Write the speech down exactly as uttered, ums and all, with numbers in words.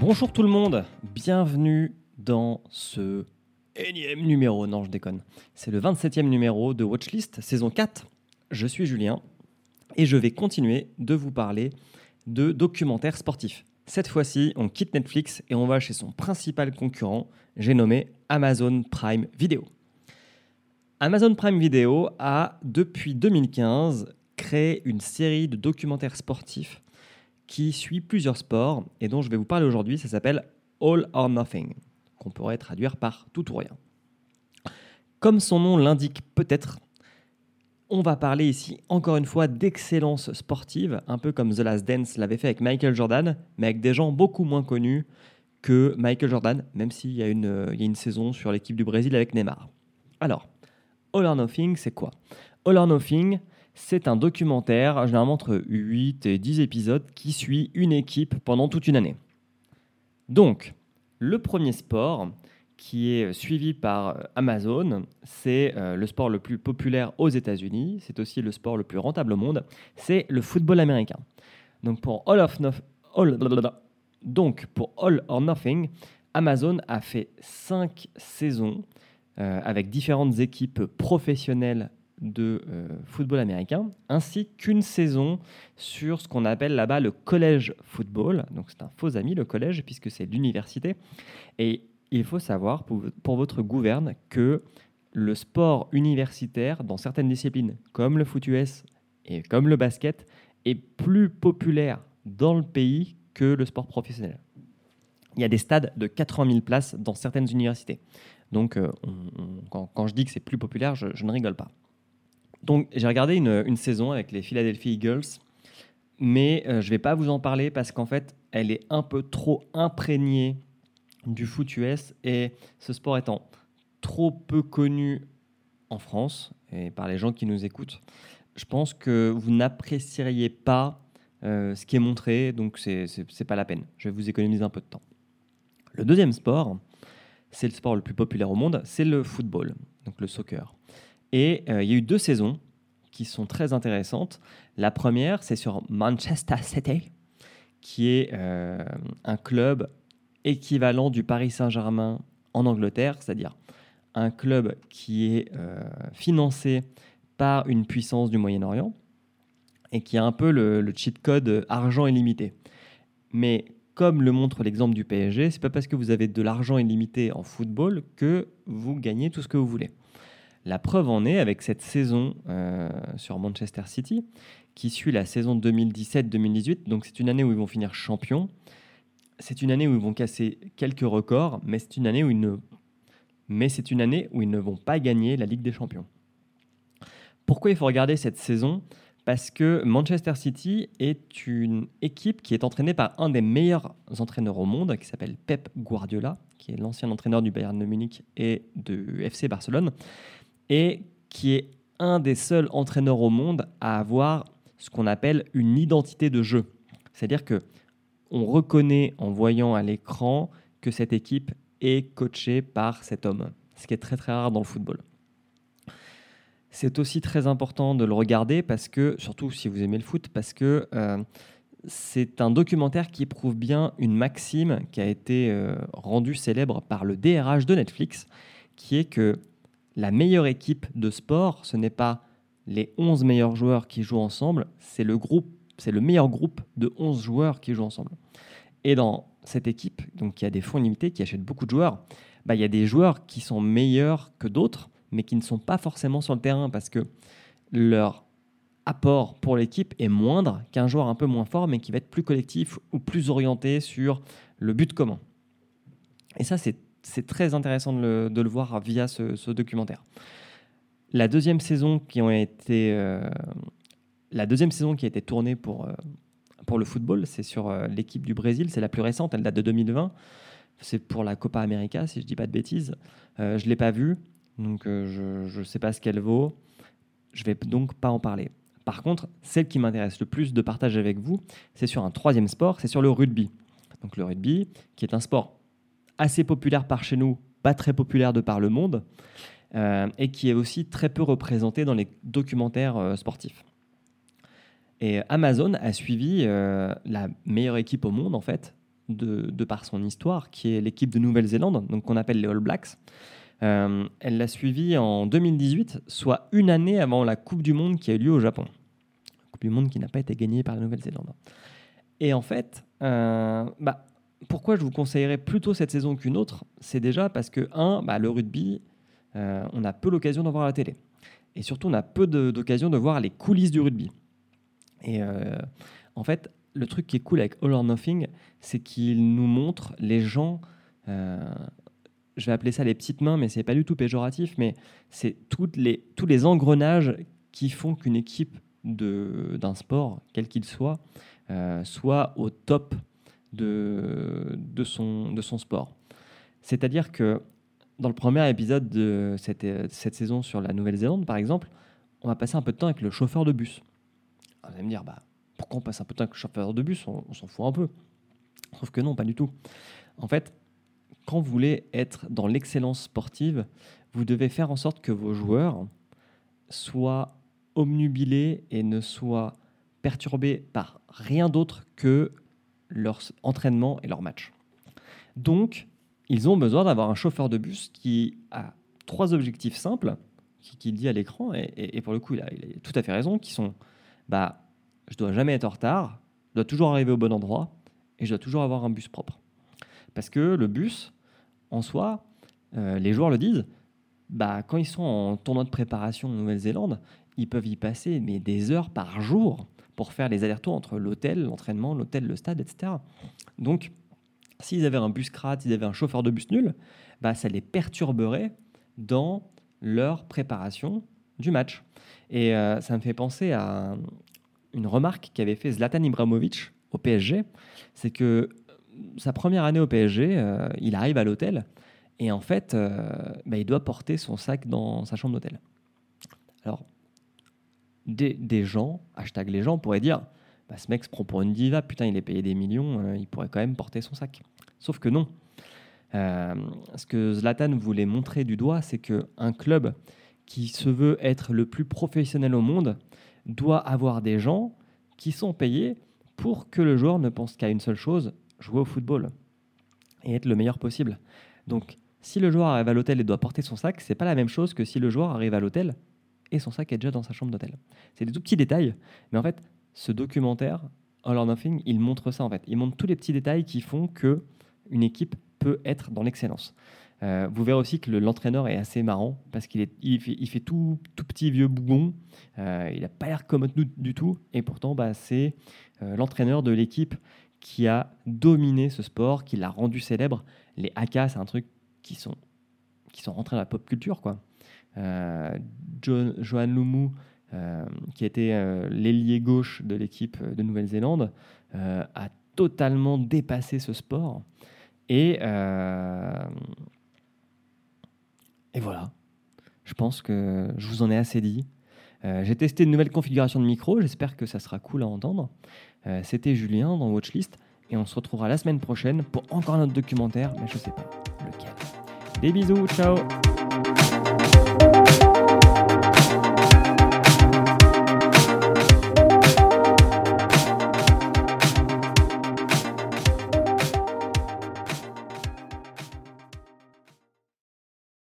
Bonjour tout le monde, bienvenue dans ce énième numéro, non je déconne, c'est le vingt-septième numéro de Watchlist, saison quatre. Je suis Julien et je vais continuer de vous parler de documentaires sportifs. Cette fois-ci, on quitte Netflix et on va chez son principal concurrent, j'ai nommé Amazon Prime Video. Amazon Prime Video a, depuis deux mille quinze, créé une série de documentaires sportifs qui suit plusieurs sports et dont je vais vous parler aujourd'hui. Ça s'appelle All or Nothing, qu'on pourrait traduire par tout ou rien. Comme son nom l'indique peut-être, on va parler ici encore une fois d'excellence sportive, un peu comme The Last Dance l'avait fait avec Michael Jordan, mais avec des gens beaucoup moins connus que Michael Jordan, même s'il y a une, il y a une saison sur l'équipe du Brésil avec Neymar. Alors, All or Nothing, c'est quoi ? All or Nothing, c'est un documentaire, généralement entre huit et dix épisodes, qui suit une équipe pendant toute une année. Donc, le premier sport qui est suivi par Amazon, c'est euh, le sport le plus populaire aux États-Unis, c'est aussi le sport le plus rentable au monde, c'est le football américain. Donc pour All, of no- All... Donc, pour All or Nothing, Amazon a fait cinq saisons euh, avec différentes équipes professionnelles de euh, football américain, ainsi qu'une saison sur ce qu'on appelle là-bas le college football. Donc c'est un faux ami, le collège, puisque c'est l'université. Et il faut savoir, pour, pour votre gouverne, que le sport universitaire, dans certaines disciplines, comme le foot U S et comme le basket, est plus populaire dans le pays que le sport professionnel. Il y a des stades de quatre-vingt mille places dans certaines universités. Donc euh, on, on, quand, quand je dis que c'est plus populaire, je, je ne rigole pas. Donc, j'ai regardé une, une saison avec les Philadelphia Eagles, mais euh, je ne vais pas vous en parler parce qu'en fait, elle est un peu trop imprégnée du foot U S et ce sport étant trop peu connu en France et par les gens qui nous écoutent, je pense que vous n'apprécieriez pas euh, ce qui est montré, donc c'est, c'est, c'est pas la peine. Je vais vous économiser un peu de temps. Le deuxième sport, c'est le sport le plus populaire au monde, c'est le football, donc le soccer. Et euh, il y a eu deux saisons qui sont très intéressantes. La première, c'est sur Manchester City, qui est euh, un club équivalent du Paris Saint-Germain en Angleterre, c'est-à-dire un club qui est euh, financé par une puissance du Moyen-Orient et qui a un peu le, le cheat code argent illimité. Mais comme le montre l'exemple du P S G, c'est pas parce que vous avez de l'argent illimité en football que vous gagnez tout ce que vous voulez. La preuve en est avec cette saison euh, sur Manchester City, qui suit la saison deux mille dix-sept deux mille dix-huit. Donc c'est une année où ils vont finir champions. C'est une année où ils vont casser quelques records, mais c'est une année où ils ne, mais c'est une année où ils ne vont pas gagner la Ligue des Champions. Pourquoi il faut regarder cette saison ? Parce que Manchester City est une équipe qui est entraînée par un des meilleurs entraîneurs au monde, qui s'appelle Pep Guardiola, qui est l'ancien entraîneur du Bayern de Munich et de F C Barcelone, et qui est un des seuls entraîneurs au monde à avoir ce qu'on appelle une identité de jeu. C'est-à-dire qu'on reconnaît en voyant à l'écran que cette équipe est coachée par cet homme, ce qui est très très rare dans le football. C'est aussi très important de le regarder, parce que, surtout si vous aimez le foot, parce que euh, c'est un documentaire qui prouve bien une maxime qui a été euh, rendue célèbre par le D R H de Netflix, qui est que la meilleure équipe de sport, ce n'est pas les onze meilleurs joueurs qui jouent ensemble, c'est le groupe, c'est le meilleur groupe de onze joueurs qui jouent ensemble. Et dans cette équipe, donc qui a des fonds illimités, qui achètent beaucoup de joueurs, bah, il y a des joueurs qui sont meilleurs que d'autres, mais qui ne sont pas forcément sur le terrain parce que leur apport pour l'équipe est moindre qu'un joueur un peu moins fort, mais qui va être plus collectif ou plus orienté sur le but commun. Et ça, c'est C'est très intéressant de le, de le voir via ce, ce documentaire. La deuxième saison qui ont été, euh, la deuxième saison qui a été tournée pour, euh, pour le football, c'est sur euh, l'équipe du Brésil. C'est la plus récente, elle date de deux mille vingt. C'est pour la Copa América, si je ne dis pas de bêtises. Euh, je ne l'ai pas vue, donc euh, je ne sais pas ce qu'elle vaut. Je ne vais donc pas en parler. Par contre, celle qui m'intéresse le plus de partager avec vous, c'est sur un troisième sport, c'est sur le rugby. Donc le rugby, qui est un sport assez populaire par chez nous, pas très populaire de par le monde, euh, et qui est aussi très peu représenté dans les documentaires euh, sportifs. Et Amazon a suivi euh, la meilleure équipe au monde, en fait, de, de par son histoire, qui est l'équipe de Nouvelle-Zélande, donc qu'on appelle les All Blacks. Euh, elle l'a suivi en deux mille dix-huit, soit une année avant la Coupe du Monde qui a eu lieu au Japon. Coupe du Monde qui n'a pas été gagnée par la Nouvelle-Zélande. Et en fait, euh, bah, pourquoi je vous conseillerais plutôt cette saison qu'une autre ? C'est déjà parce que, un, bah, le rugby, euh, on a peu l'occasion d'en voir à la télé. Et surtout, on a peu de, d'occasion de voir les coulisses du rugby. Et euh, en fait, le truc qui est cool avec All or Nothing, c'est qu'il nous montre les gens... Euh, je vais appeler ça les petites mains, mais ce n'est pas du tout péjoratif, mais c'est toutes les, tous les engrenages qui font qu'une équipe de, d'un sport, quel qu'il soit, euh, soit au top de, de, son, de son sport. C'est-à-dire que dans le premier épisode de cette, cette saison sur la Nouvelle-Zélande, par exemple, on va passer un peu de temps avec le chauffeur de bus. Alors, vous allez me dire, bah, pourquoi on passe un peu de temps avec le chauffeur de bus ? on, on s'en fout un peu. Sauf que non, pas du tout. En fait, quand vous voulez être dans l'excellence sportive, vous devez faire en sorte que vos joueurs soient obnubilés et ne soient perturbés par rien d'autre que leur entraînement et leur match. Donc, ils ont besoin d'avoir un chauffeur de bus qui a trois objectifs simples, qui, qui dit à l'écran, et, et, et pour le coup, il a, il a tout à fait raison, qui sont bah, je dois jamais être en retard, je dois toujours arriver au bon endroit, et je dois toujours avoir un bus propre. Parce que le bus, en soi, euh, les joueurs le disent, bah, quand ils sont en tournoi de préparation en Nouvelle-Zélande, ils peuvent y passer mais, des heures par jour pour faire les allers-retours entre l'hôtel, l'entraînement, l'hôtel, le stade, et cetera. Donc, s'ils avaient un bus crade, s'ils avaient un chauffeur de bus nul, bah, ça les perturberait dans leur préparation du match. Et euh, ça me fait penser à une remarque qu'avait fait Zlatan Ibrahimovic au P S G, c'est que sa première année au P S G, euh, il arrive à l'hôtel et en fait, euh, bah, il doit porter son sac dans sa chambre d'hôtel. Alors, des, des gens, hashtag les gens, pourraient dire bah, ce mec se prend pour une diva, putain, il est payé des millions, euh, il pourrait quand même porter son sac. Sauf que non. Euh, ce que Zlatan voulait montrer du doigt, c'est qu'un club qui se veut être le plus professionnel au monde doit avoir des gens qui sont payés pour que le joueur ne pense qu'à une seule chose, jouer au football et être le meilleur possible. Donc, si le joueur arrive à l'hôtel et doit porter son sac, c'est pas la même chose que si le joueur arrive à l'hôtel et son sac est déjà dans sa chambre d'hôtel. C'est des tout petits détails, mais en fait, ce documentaire, All or Nothing, il montre ça en fait. Il montre tous les petits détails qui font que une équipe peut être dans l'excellence. Euh, vous verrez aussi que le, l'entraîneur est assez marrant parce qu'il est, il fait, il fait tout, tout petit vieux bougon. Euh, il n'a pas l'air commode du, du tout. Et pourtant, bah, c'est euh, l'entraîneur de l'équipe qui a dominé ce sport, qui l'a rendu célèbre. Les haka, c'est un truc qui sont, qui sont rentrés dans la pop culture, quoi. Euh, John, Johan Lumu, euh, qui était euh, l'ailier gauche de l'équipe de Nouvelle-Zélande, euh, a totalement dépassé ce sport. Et, euh, et voilà, je pense que je vous en ai assez dit. Euh, j'ai testé une nouvelle configuration de micro, j'espère que ça sera cool à entendre. Euh, c'était Julien dans Watchlist, et on se retrouvera la semaine prochaine pour encore un autre documentaire, mais je sais pas lequel. Des bisous, ciao!